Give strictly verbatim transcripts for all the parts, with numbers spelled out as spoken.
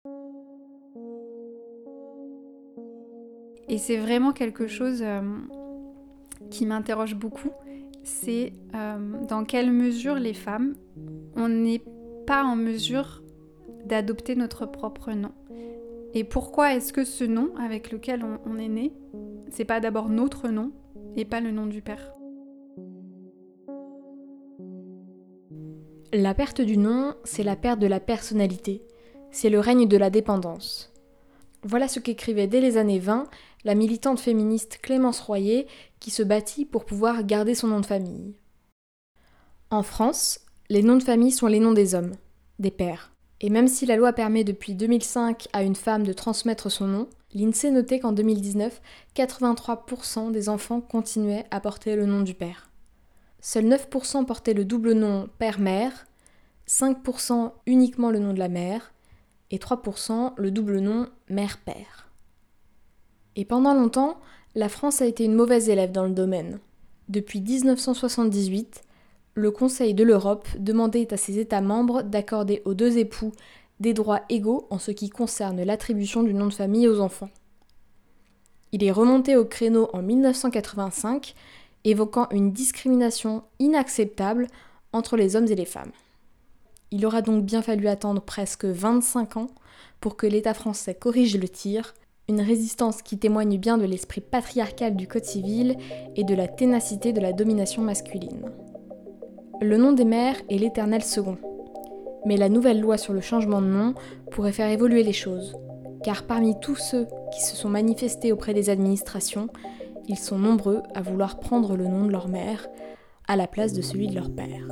Et c'est vraiment quelque chose euh, qui m'interroge beaucoup, c'est euh, dans quelle mesure les femmes, on n'est pas en mesure d'adopter notre propre nom. Et pourquoi est-ce que ce nom avec lequel on, on est né, c'est pas d'abord notre nom et pas le nom du père? La perte du nom, c'est la perte de la personnalité. C'est le règne de la dépendance. Voilà ce qu'écrivait dès les années vingt la militante féministe Clémence Royer qui se battit pour pouvoir garder son nom de famille. En France, les noms de famille sont les noms des hommes, des pères. Et même si la loi permet depuis deux mille cinq à une femme de transmettre son nom, l'INSEE notait qu'en deux mille dix-neuf, quatre-vingt-trois pour cent des enfants continuaient à porter le nom du père. Seuls neuf pour cent portaient le double nom père-mère, cinq pour cent uniquement le nom de la mère, et trois pour cent le double nom mère-père. Et pendant longtemps, la France a été une mauvaise élève dans le domaine. Depuis dix-neuf cent soixante-dix-huit, le Conseil de l'Europe demandait à ses États membres d'accorder aux deux époux des droits égaux en ce qui concerne l'attribution du nom de famille aux enfants. Il est remonté au créneau en dix-neuf cent quatre-vingt-cinq, évoquant une discrimination inacceptable entre les hommes et les femmes. Il aura donc bien fallu attendre presque vingt-cinq ans pour que l'État français corrige le tir, une résistance qui témoigne bien de l'esprit patriarcal du Code civil et de la ténacité de la domination masculine. Le nom des mères est l'éternel second. Mais la nouvelle loi sur le changement de nom pourrait faire évoluer les choses, car parmi tous ceux qui se sont manifestés auprès des administrations, ils sont nombreux à vouloir prendre le nom de leur mère à la place de celui de leur père.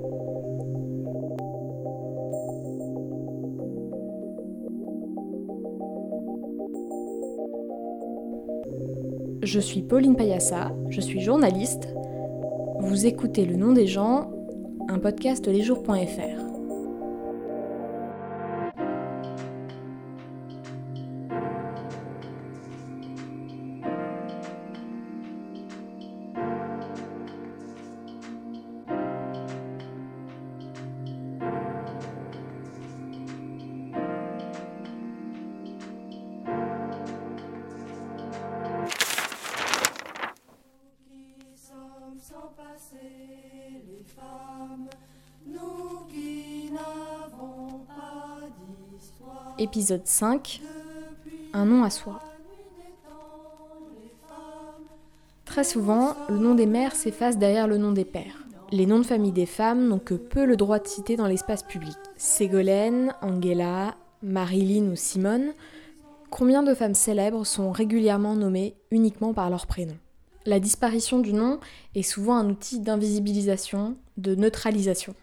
Je suis Pauline Payassa, je suis journaliste. Vous écoutez Le Nom des gens, un podcast de lesjours point f r. Les femmes, nous qui n'avons pas d'histoire. Épisode cinq, un nom à soi. Très souvent, le nom des mères s'efface derrière le nom des pères. Les noms de famille des femmes n'ont que peu le droit de citer dans l'espace public. Ségolène, Angela, Marilyn ou Simone, combien de femmes célèbres sont régulièrement nommées uniquement par leur prénom? La disparition du nom est souvent un outil d'invisibilisation, de neutralisation.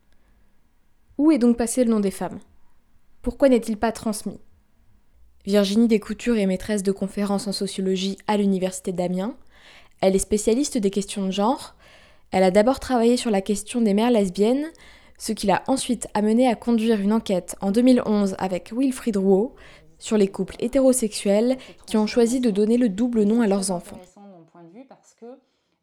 Où est donc passé le nom des femmes? Pourquoi n'est-il pas transmis? Virginie Descoutures est maîtresse de conférences en sociologie à l'université d'Amiens. Elle est spécialiste des questions de genre. Elle a d'abord travaillé sur la question des mères lesbiennes, ce qui l'a ensuite amenée à conduire une enquête en deux mille onze avec Wilfried Rouault sur les couples hétérosexuels qui ont choisi de donner le double nom à leurs enfants. Parce que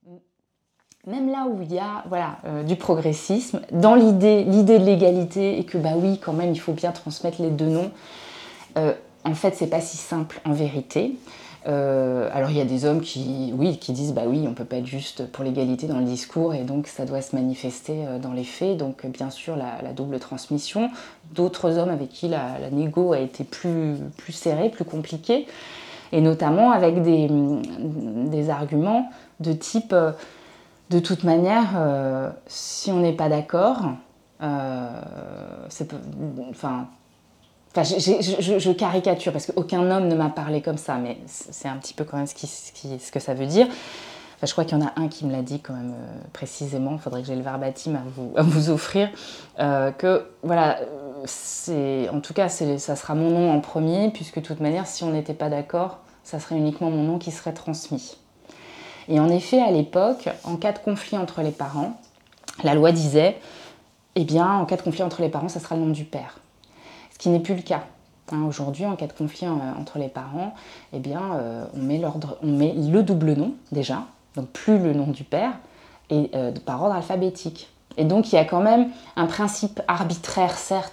même là où il y a voilà, euh, du progressisme, dans l'idée, l'idée de l'égalité et que bah oui, quand même, il faut bien transmettre les deux noms, euh, en fait, c'est pas si simple en vérité. Euh, alors il y a des hommes qui, oui, qui disent bah oui, on peut pas être juste pour l'égalité dans le discours et donc ça doit se manifester dans les faits. Donc bien sûr la, la double transmission. D'autres hommes avec qui la, la négo a été plus, plus serrée, plus compliquée. Et notamment avec des, des arguments de type, euh, de toute manière, euh, si on n'est pas d'accord, euh, c'est, enfin, enfin, je, je, je caricature parce qu'aucun homme ne m'a parlé comme ça, mais c'est un petit peu quand même ce, qui, ce, qui, ce que ça veut dire. Enfin, je crois qu'il y en a un qui me l'a dit quand même euh, précisément, il faudrait que j'ai le verbatim à vous, à vous offrir, euh, que voilà, c'est, en tout cas c'est, ça sera mon nom en premier, puisque de toute manière si on n'était pas d'accord, ça serait uniquement mon nom qui serait transmis. Et en effet à l'époque, en cas de conflit entre les parents, la loi disait, eh bien en cas de conflit entre les parents, ça sera le nom du père. Ce qui n'est plus le cas. Hein, aujourd'hui, en cas de conflit euh, entre les parents, eh bien euh, on met l'ordre, on met le double nom déjà, donc plus le nom du père, et euh, par ordre alphabétique. Et donc il y a quand même un principe arbitraire, certes,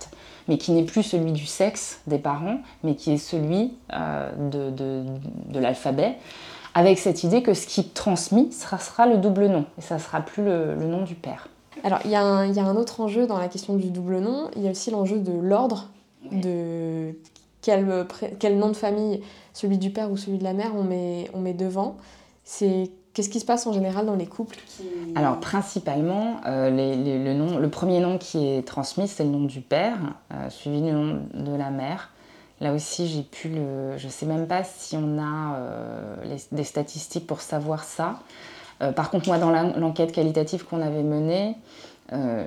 mais qui n'est plus celui du sexe des parents, mais qui est celui euh, de, de, de l'alphabet, avec cette idée que ce qui est transmis sera, sera le double nom, et ça ne sera plus le, le nom du père. Alors, il y, y a un autre enjeu dans la question du double nom, il y a aussi l'enjeu de l'ordre, oui. de quel, quel nom de famille, celui du père ou celui de la mère, on met, on met devant. C'est, qu'est-ce qui se passe en général dans les couples qui... Alors, principalement, euh, les, les, le, nom, le premier nom qui est transmis, c'est le nom du père, euh, suivi du nom de la mère. Là aussi, j'ai pu le... Je ne sais même pas si on a euh, les, des statistiques pour savoir ça. Euh, par contre, moi, dans la, l'enquête qualitative qu'on avait menée, euh,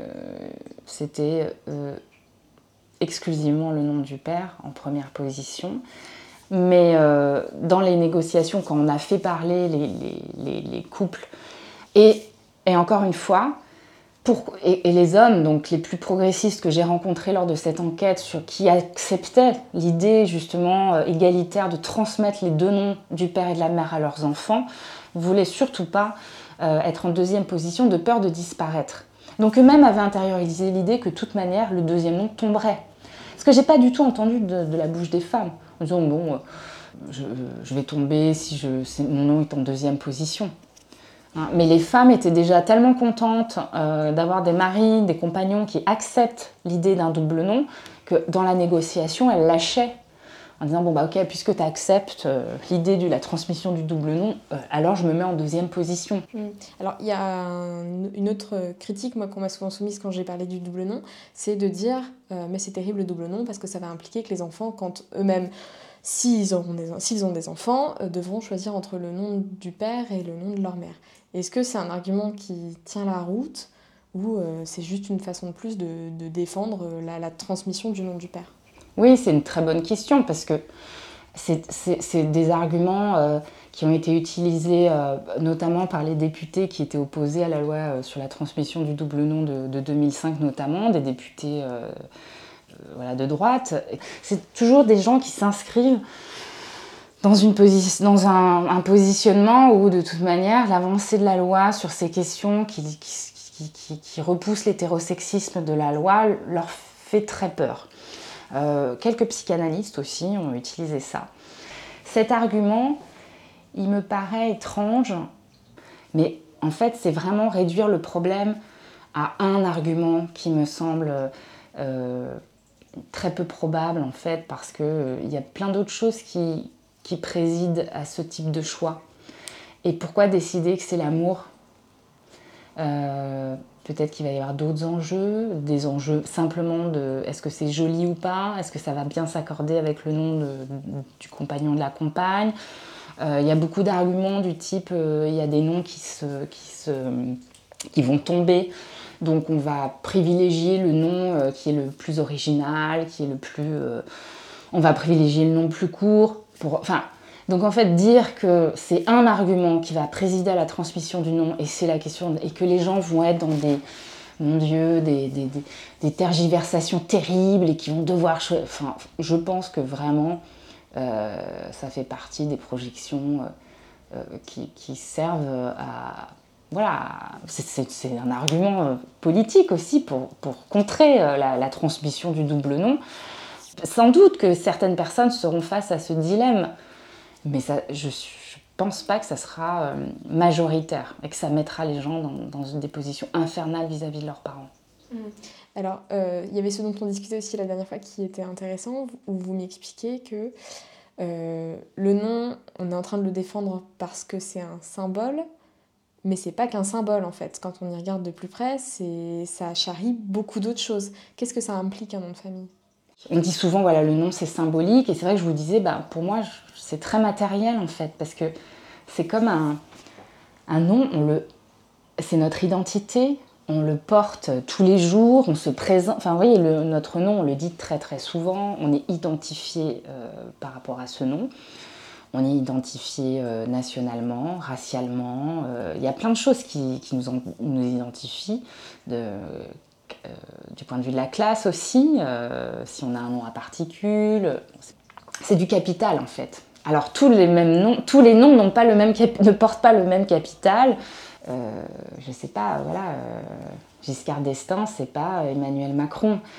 c'était euh, exclusivement le nom du père en première position. Mais euh, dans les négociations, quand on a fait parler les, les, les, les couples, et, et encore une fois, pour, et, et les hommes, donc les plus progressistes que j'ai rencontrés lors de cette enquête, sur, qui acceptaient l'idée justement euh, égalitaire de transmettre les deux noms du père et de la mère à leurs enfants, ne voulaient surtout pas euh, être en deuxième position de peur de disparaître. Donc eux-mêmes avaient intériorisé l'idée que de toute manière, le deuxième nom tomberait. Ce que je n'ai pas du tout entendu de, de la bouche des femmes. En disant, bon, je, je vais tomber si je, si mon nom est en deuxième position. Hein, mais les femmes étaient déjà tellement contentes euh, d'avoir des maris, des compagnons qui acceptent l'idée d'un double nom, que dans la négociation, elles lâchaient. En disant, bon, bah ok, puisque tu acceptes euh, l'idée de la transmission du double nom, euh, alors je me mets en deuxième position. Mmh. Alors, il y a un, une autre critique, moi, qu'on m'a souvent soumise quand j'ai parlé du double nom, c'est de dire, euh, mais c'est terrible le double nom, parce que ça va impliquer que les enfants, quand eux-mêmes, s'ils ont des, s'ils ont des enfants, euh, devront choisir entre le nom du père et le nom de leur mère. Est-ce que c'est un argument qui tient la route, ou euh, c'est juste une façon de plus de, de défendre la, la transmission du nom du père ? Oui, c'est une très bonne question parce que c'est, c'est, c'est des arguments euh, qui ont été utilisés euh, notamment par les députés qui étaient opposés à la loi euh, sur la transmission du double nom de, de deux mille cinq notamment, des députés euh, euh, voilà, de droite. C'est toujours des gens qui s'inscrivent dans, une posi- dans un, un positionnement où de toute manière l'avancée de la loi sur ces questions qui, qui, qui, qui, qui repoussent l'hétérosexisme de la loi leur fait très peur. Euh, quelques psychanalystes aussi ont utilisé ça. Cet argument, il me paraît étrange, mais en fait, c'est vraiment réduire le problème à un argument qui me semble euh, très peu probable, en fait, parce qu'il euh, y a plein d'autres choses qui, qui président à ce type de choix. Et pourquoi décider que c'est l'amour ? euh, Peut-être qu'il va y avoir d'autres enjeux, des enjeux simplement de est-ce que c'est joli ou pas, est-ce que ça va bien s'accorder avec le nom de, du compagnon de la compagne. Euh, il y a beaucoup d'arguments du type euh, il y a des noms qui, se, qui, se, qui vont tomber, donc on va privilégier le nom euh, qui est le plus original, qui est le plus... Euh, on va privilégier le nom plus court. Pour, enfin, donc en fait, dire que c'est un argument qui va présider à la transmission du nom, et c'est la question, et que les gens vont être dans des, mon Dieu, des, des, des, des tergiversations terribles et qui vont devoir choisir. Enfin, je pense que vraiment, euh, ça fait partie des projections euh, qui, qui servent à... Voilà, c'est, c'est, c'est un argument politique aussi pour, pour contrer la, la transmission du double nom. Sans doute que certaines personnes seront face à ce dilemme. Mais ça, je ne pense pas que ça sera euh, majoritaire et que ça mettra les gens dans, dans des positions infernales vis-à-vis de leurs parents. Mmh. Alors, euh, il y avait ce dont on discutait aussi la dernière fois qui était intéressant, où vous m'expliquez que euh, le nom, on est en train de le défendre parce que c'est un symbole, mais c'est pas qu'un symbole en fait. Quand on y regarde de plus près, c'est, ça charrie beaucoup d'autres choses. Qu'est-ce que ça implique un nom de famille ? On dit souvent, voilà, le nom c'est symbolique, et c'est vrai que je vous disais, bah, pour moi, c'est très matériel en fait, parce que c'est comme un, un nom, on le, c'est notre identité, on le porte tous les jours, on se présente, enfin vous voyez, le, notre nom, on le dit très très souvent, on est identifié euh, par rapport à ce nom, on est identifié euh, nationalement, racialement, euh, il y a plein de choses qui, qui nous, en, nous identifient, de... Euh, du point de vue de la classe aussi, euh, si on a un nom à particules, c'est, c'est du capital en fait. Alors tous les mêmes noms, tous les noms n'ont pas le même cap- ne portent pas le même capital. Euh, je sais pas, voilà, euh, Giscard d'Estaing, c'est pas Emmanuel Macron.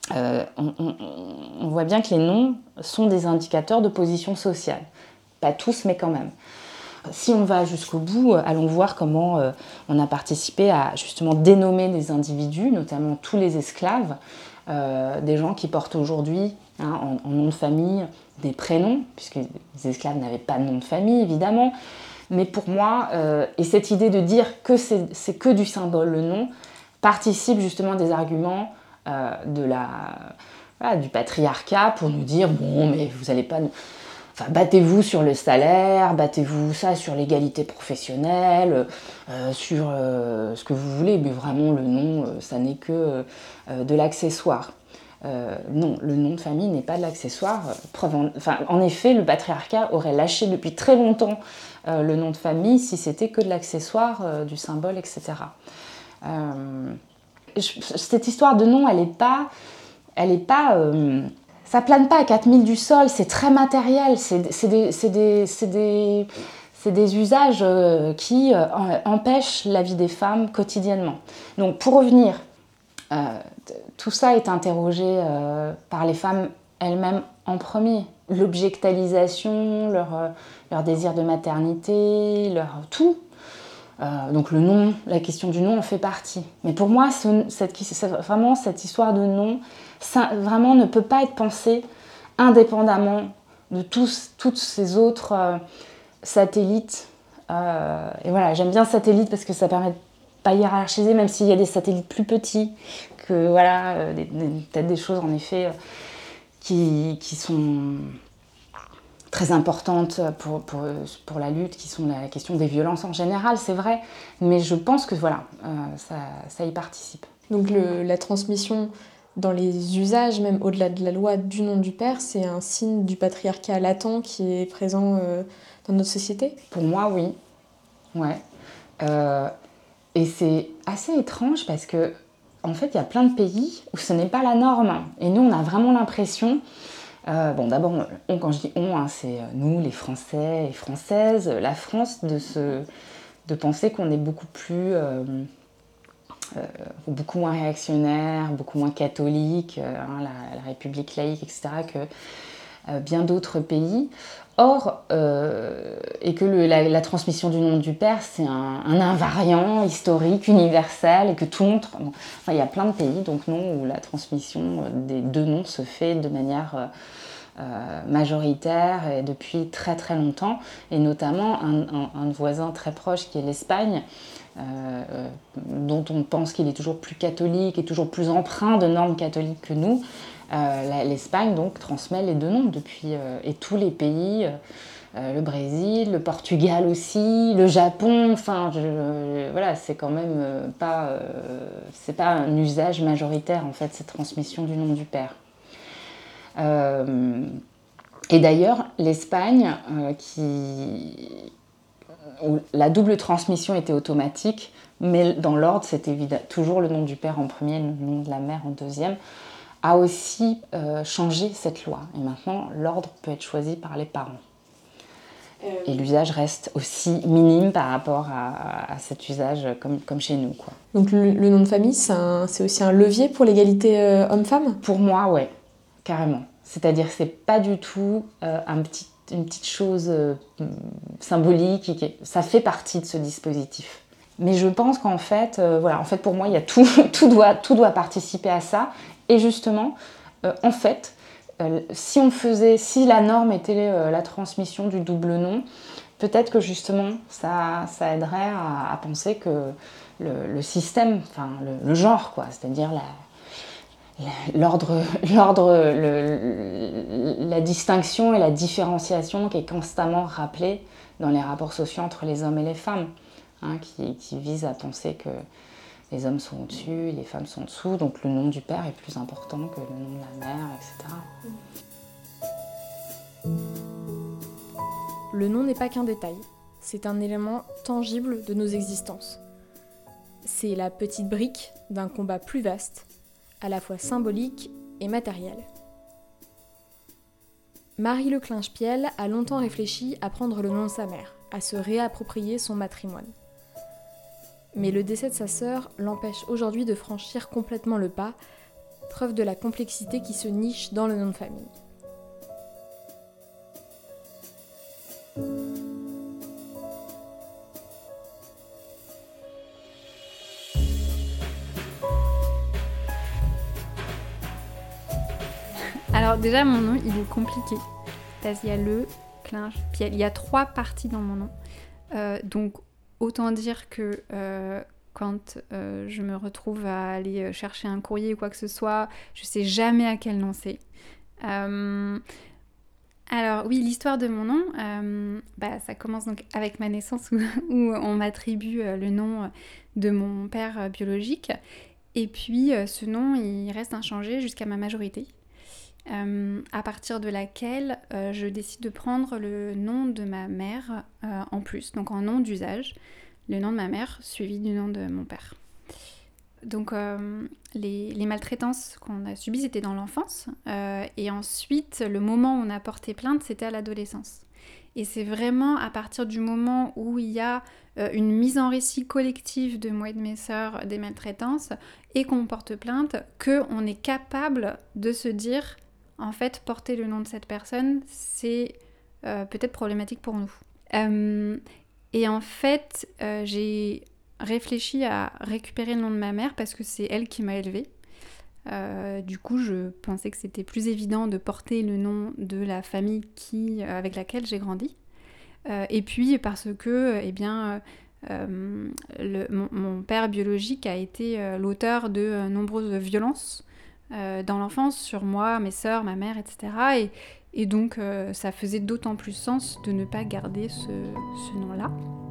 euh, on, on, on voit bien que les noms sont des indicateurs de position sociale. Pas tous, mais quand même. Si on va jusqu'au bout, allons voir comment euh, on a participé à justement dénommer des individus, notamment tous les esclaves, euh, des gens qui portent aujourd'hui hein, en, en nom de famille des prénoms, puisque les esclaves n'avaient pas de nom de famille évidemment. Mais pour moi, euh, et cette idée de dire que c'est, c'est que du symbole, le nom, participe justement des arguments euh, de la, voilà, du patriarcat pour nous dire bon, mais vous n'allez pas. Enfin, battez-vous sur le salaire, battez-vous ça sur l'égalité professionnelle, euh, sur euh, ce que vous voulez, mais vraiment le nom, euh, ça n'est que euh, de l'accessoire. Euh, non, le nom de famille n'est pas de l'accessoire. Preuve en, enfin, en effet, le patriarcat aurait lâché depuis très longtemps euh, le nom de famille si c'était que de l'accessoire, euh, du symbole, et cetera. Euh, je, cette histoire de nom, elle n'est pas... Elle est pas euh, ça plane pas à quatre mille du sol, c'est très matériel, c'est, c'est, des, c'est, des, c'est, des, c'est des usages euh, qui euh, empêchent la vie des femmes quotidiennement. Donc pour revenir, euh, tout ça est interrogé euh, par les femmes elles-mêmes en premier. L'objectalisation, leur, euh, leur désir de maternité, leur tout. Euh, donc le nom, la question du nom en fait partie. Mais pour moi, ce, cette, vraiment cette histoire de nom, ça vraiment ne peut pas être pensée indépendamment de tous, tous ces autres euh, satellites. Euh, et voilà, j'aime bien satellite parce que ça permet de pas hiérarchiser, même s'il y a des satellites plus petits, que voilà, euh, des, des, peut-être des choses en effet euh, qui, qui sont très importantes pour, pour, pour la lutte, qui sont la question des violences en général, c'est vrai, mais je pense que voilà, euh, ça, ça y participe. Donc le, la transmission dans les usages, même au-delà de la loi du nom du père, c'est un signe du patriarcat latent qui est présent euh, dans notre société ? Pour moi, oui. Ouais. Euh, et c'est assez étrange parce que, en fait, il y a plein de pays où ce n'est pas la norme. Et nous, on a vraiment l'impression... Euh, bon, d'abord, on, quand je dis on, hein, c'est nous, les Français et Françaises, la France, de, se, de penser qu'on est beaucoup plus... Euh, Euh, beaucoup moins réactionnaire, beaucoup moins catholique, euh, hein, la, la République laïque, et cetera, que euh, bien d'autres pays. Or, euh, et que le, la, la transmission du nom du père, c'est un, un invariant historique, universel, et que tout le monde... Bon, enfin, il y a plein de pays, donc non, où la transmission des deux noms se fait de manière... Euh, Euh, majoritaire et depuis très très longtemps, et notamment un, un, un voisin très proche qui est l'Espagne, euh, euh, dont on pense qu'il est toujours plus catholique et toujours plus empreint de normes catholiques que nous. Euh, la, L'Espagne donc transmet les deux noms depuis, euh, et tous les pays, euh, le Brésil, le Portugal aussi, le Japon, enfin je, je, voilà, c'est quand même euh, pas, euh, c'est pas un usage majoritaire en fait, cette transmission du nom du père. Euh, et d'ailleurs, l'Espagne, euh, qui, où la double transmission était automatique, mais dans l'ordre, c'était évidemment toujours le nom du père en premier, le nom de la mère en deuxième, a aussi euh, changé cette loi. Et maintenant, l'ordre peut être choisi par les parents. Euh... Et l'usage reste aussi minime par rapport à, à cet usage comme, comme chez nous, quoi. Donc le, le nom de famille, c'est, un, c'est aussi un levier pour l'égalité euh, homme-femme ? Pour moi, ouais. Carrément. C'est-à-dire que c'est pas du tout euh, un petit, une petite chose euh, symbolique, qui, ça fait partie de ce dispositif. Mais je pense qu'en fait, euh, voilà, en fait pour moi, il y a tout, tout, doit, tout doit participer à ça. Et justement, euh, en fait, euh, si on faisait, si la norme était euh, la transmission du double nom, peut-être que justement, ça, ça aiderait à, à penser que le, le système, enfin le, le genre, quoi, c'est-à-dire la L'ordre, l'ordre le, la distinction et la différenciation qui est constamment rappelée dans les rapports sociaux entre les hommes et les femmes, hein, qui, qui vise à penser que les hommes sont au-dessus, les femmes sont en dessous, donc le nom du père est plus important que le nom de la mère, et cetera. Le nom n'est pas qu'un détail, c'est un élément tangible de nos existences. C'est la petite brique d'un combat plus vaste, à la fois symbolique et matériel. Marie Leclinch-Piel a longtemps réfléchi à prendre le nom de sa mère, à se réapproprier son patrimoine. Mais le décès de sa sœur l'empêche aujourd'hui de franchir complètement le pas preuve de la complexité qui se niche dans le nom de famille. Alors déjà, mon nom, il est compliqué. Parce qu'il y a le, clinch, puis il y a trois parties dans mon nom. Euh, donc, autant dire que euh, quand euh, je me retrouve à aller chercher un courrier ou quoi que ce soit, je sais jamais à quel nom c'est. Euh, alors oui, l'histoire de mon nom, euh, bah, ça commence donc avec ma naissance où, où on m'attribue euh, le nom de mon père euh, biologique. Et puis, euh, ce nom, il reste inchangé jusqu'à ma majorité. Euh, à partir de laquelle euh, je décide de prendre le nom de ma mère euh, en plus, donc en nom d'usage, le nom de ma mère suivi du nom de mon père. Donc euh, les, les maltraitances qu'on a subies, c'était dans l'enfance, euh, et ensuite le moment où on a porté plainte, c'était à l'adolescence. Et c'est vraiment à partir du moment où il y a euh, une mise en récit collective de moi et de mes sœurs des maltraitances et qu'on porte plainte, qu'on est capable de se dire en fait, porter le nom de cette personne, c'est euh, peut-être problématique pour nous. Euh, et en fait, euh, j'ai réfléchi à récupérer le nom de ma mère parce que c'est elle qui m'a élevée. Euh, du coup, je pensais que c'était plus évident de porter le nom de la famille qui, avec laquelle j'ai grandi. Euh, et puis parce que, eh bien, euh, le, mon, mon père biologique a été euh, l'auteur de euh, nombreuses violences Euh, dans l'enfance, sur moi, mes sœurs, ma mère, et cetera. Et, et donc, euh, ça faisait d'autant plus sens de ne pas garder ce, ce nom-là.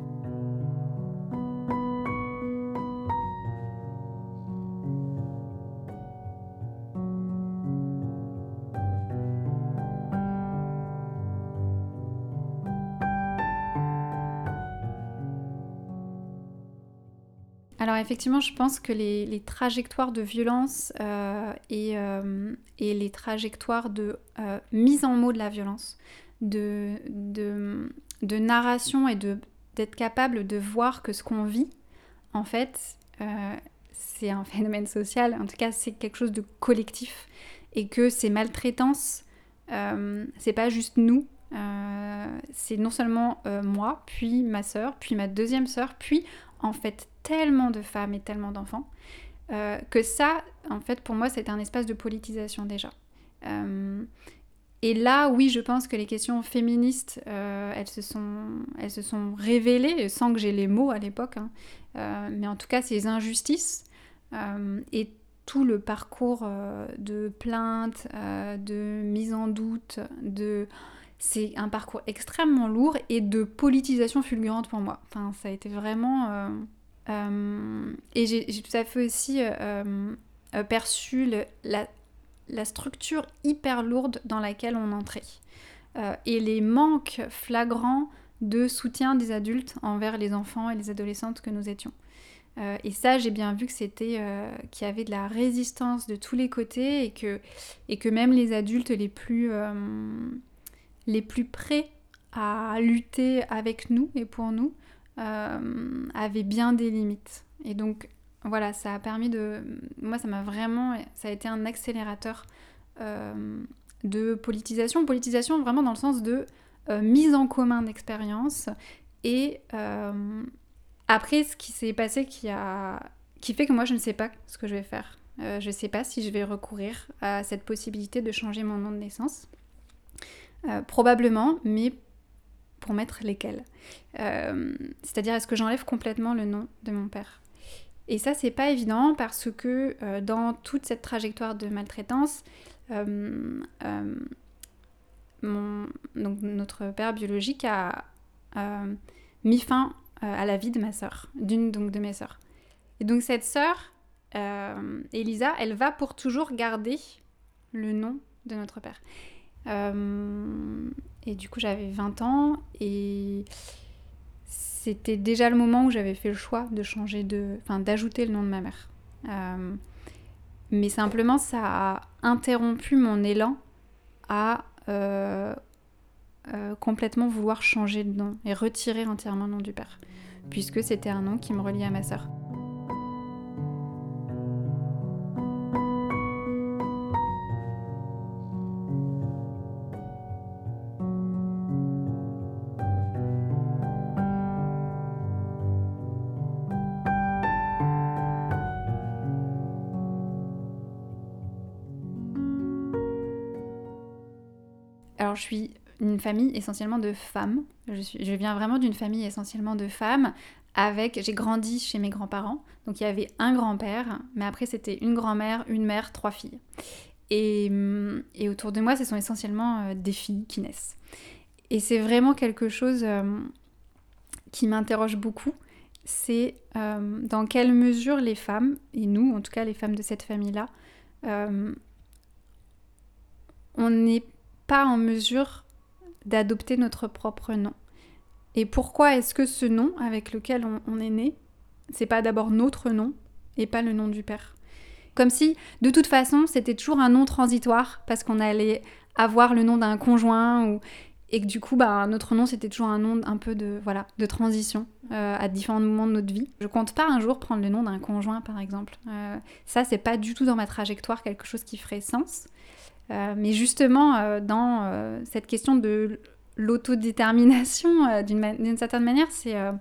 Alors effectivement, je pense que les, les trajectoires de violence euh, et, euh, et les trajectoires de euh, mise en mots de la violence, de, de, de narration et de, d'être capable de voir que ce qu'on vit, en fait, euh, c'est un phénomène social, en tout cas c'est quelque chose de collectif, et que ces maltraitances, euh, c'est pas juste nous, euh, c'est non seulement euh, moi, puis ma sœur, puis ma deuxième sœur, puis en fait tellement de femmes et tellement d'enfants, euh, que ça, en fait, pour moi, c'était un espace de politisation déjà. Euh, et là, oui, je pense que les questions féministes, euh, elles, se sont, elles se sont révélées, sans que j'ai les mots à l'époque, hein, euh, mais en tout cas, ces injustices euh, et tout le parcours euh, de plainte, euh, de mise en doute, de... c'est un parcours extrêmement lourd et de politisation fulgurante pour moi. Enfin, ça a été vraiment... Euh, euh, et j'ai, j'ai tout à fait aussi euh, euh, perçu le, la, la structure hyper lourde dans laquelle on entrait. Euh, et les manques flagrants de soutien des adultes envers les enfants et les adolescentes que nous étions. Euh, et ça, j'ai bien vu que c'était euh, qu'il y avait de la résistance de tous les côtés et que, et que même les adultes les plus... Euh, les plus prêts à lutter avec nous et pour nous euh, avaient bien des limites. Et donc voilà, ça a permis de... Moi, ça m'a vraiment... Ça a été un accélérateur euh, de politisation. Politisation vraiment dans le sens de euh, mise en commun d'expériences. Et euh, après, ce qui s'est passé qui, a... qui fait que moi, je ne sais pas ce que je vais faire. Euh, je ne sais pas si je vais recourir à cette possibilité de changer mon nom de naissance. Euh, probablement, mais pour mettre lesquels. Euh, c'est-à-dire, est-ce que j'enlève complètement le nom de mon père ? Et ça, c'est pas évident parce que euh, dans toute cette trajectoire de maltraitance, euh, euh, mon, donc notre père biologique a euh, mis fin euh, à la vie de ma sœur, d'une donc de mes sœurs. Et donc cette sœur, euh, Elisa, elle va pour toujours garder le nom de notre père. Euh, et du coup j'avais vingt ans et c'était déjà le moment où j'avais fait le choix de changer de, enfin d'ajouter le nom de ma mère. Euh, mais simplement ça a interrompu mon élan à euh, euh, complètement vouloir changer de nom et retirer entièrement le nom du père, puisque c'était un nom qui me reliait à ma sœur. Alors je suis une famille essentiellement de femmes. Je, suis, je viens vraiment d'une famille essentiellement de femmes. Avec, j'ai grandi chez mes grands-parents. Donc il y avait un grand-père, mais après c'était une grand-mère, une mère, trois filles. Et, et autour de moi, ce sont essentiellement euh, des filles qui naissent. Et c'est vraiment quelque chose euh, qui m'interroge beaucoup. C'est euh, dans quelle mesure les femmes, et nous, en tout cas les femmes de cette famille-là, euh, on n'est pas en mesure d'adopter notre propre nom. Et pourquoi est-ce que ce nom avec lequel on, on est né, c'est pas d'abord notre nom et pas le nom du père ? Comme si, de toute façon, c'était toujours un nom transitoire parce qu'on allait avoir le nom d'un conjoint ou... et que du coup, bah, notre nom, c'était toujours un nom un peu de, voilà, de transition euh, à différents moments de notre vie. Je compte pas un jour prendre le nom d'un conjoint, par exemple. Euh, ça, c'est pas du tout dans ma trajectoire quelque chose qui ferait sens. Euh, mais justement, euh, dans euh, cette question de l'autodétermination, euh, d'une, ma- d'une certaine manière, c'est... Euh...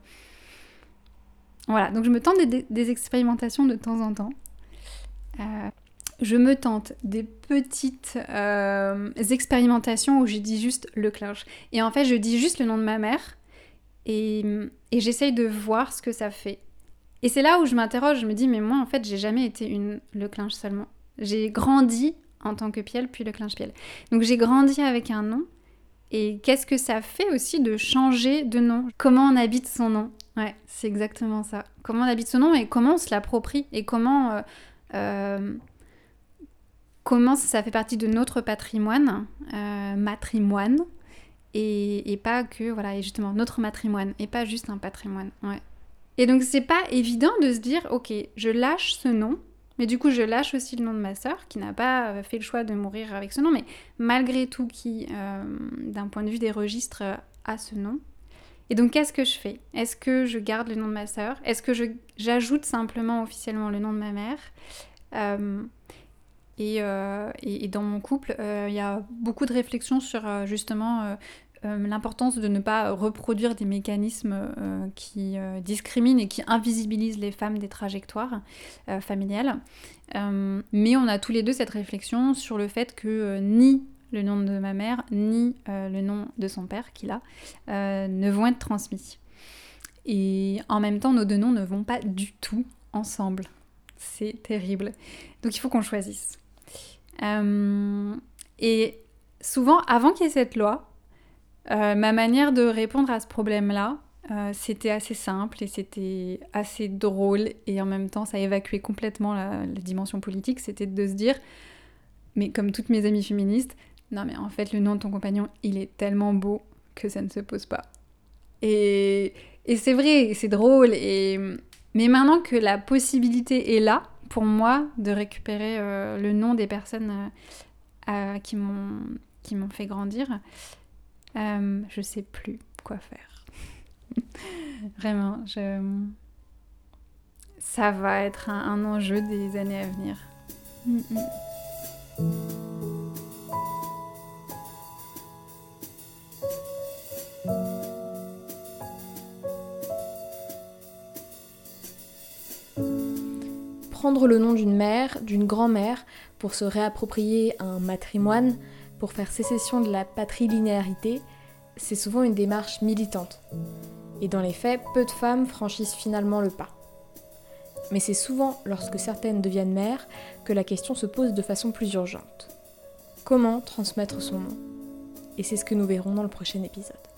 Voilà, donc je me tente des, des expérimentations de temps en temps. Euh, je me tente des petites euh, expérimentations où je dis juste le cloche. Et en fait, je dis juste le nom de ma mère et, et j'essaye de voir ce que ça fait. Et c'est là où je m'interroge, je me dis, mais moi, en fait, j'ai jamais été une Leclinch seulement. J'ai grandi en tant que Piel, puis Leclinch Piel. Donc j'ai grandi avec un nom. Et qu'est-ce que ça fait aussi de changer de nom ? Comment on habite son nom ? Ouais, c'est exactement ça. Comment on habite son nom et comment on se l'approprie et comment... Euh, euh, comment ça fait partie de notre patrimoine, euh, matrimoine, et, et pas que, voilà, et justement, notre matrimoine, et pas juste un patrimoine, ouais. Et donc, c'est pas évident de se dire, ok, je lâche ce nom, mais du coup, je lâche aussi le nom de ma sœur, qui n'a pas fait le choix de mourir avec ce nom, mais malgré tout, qui, euh, d'un point de vue des registres, a ce nom. Et donc, qu'est-ce que je fais ? Est-ce que je garde le nom de ma sœur ? Est-ce que je, j'ajoute simplement officiellement le nom de ma mère ? euh, et, euh, et, et dans mon couple, il euh, y a beaucoup de réflexions sur euh, justement euh, euh, l'importance de ne pas reproduire des mécanismes euh, qui euh, discriminent et qui invisibilisent les femmes des trajectoires euh, familiales. Euh, mais on a tous les deux cette réflexion sur le fait que euh, ni le nom de ma mère, ni euh, le nom de son père, qu'il a, euh, ne vont être transmis. Et en même temps, nos deux noms ne vont pas du tout ensemble. C'est terrible. Donc il faut qu'on choisisse. Euh, et souvent, avant qu'il y ait cette loi, euh, ma manière de répondre à ce problème-là, euh, c'était assez simple et c'était assez drôle. Et en même temps, ça évacuait complètement la, la dimension politique. C'était de se dire, mais comme toutes mes amies féministes, non mais en fait, le nom de ton compagnon, il est tellement beau que ça ne se pose pas. Et, et c'est vrai, et c'est drôle. Et... Mais maintenant que la possibilité est là, pour moi, de récupérer euh, le nom des personnes euh, euh, qui, m'ont, qui m'ont fait grandir, euh, je sais plus quoi faire. Vraiment, je... ça va être un, un enjeu des années à venir. Mm-mm. Prendre le nom d'une mère, d'une grand-mère, pour se réapproprier un matrimoine, pour faire sécession de la patrilinéarité, c'est souvent une démarche militante. Et dans les faits, peu de femmes franchissent finalement le pas. Mais c'est souvent lorsque certaines deviennent mères que la question se pose de façon plus urgente. Comment transmettre son nom ? Et c'est ce que nous verrons dans le prochain épisode.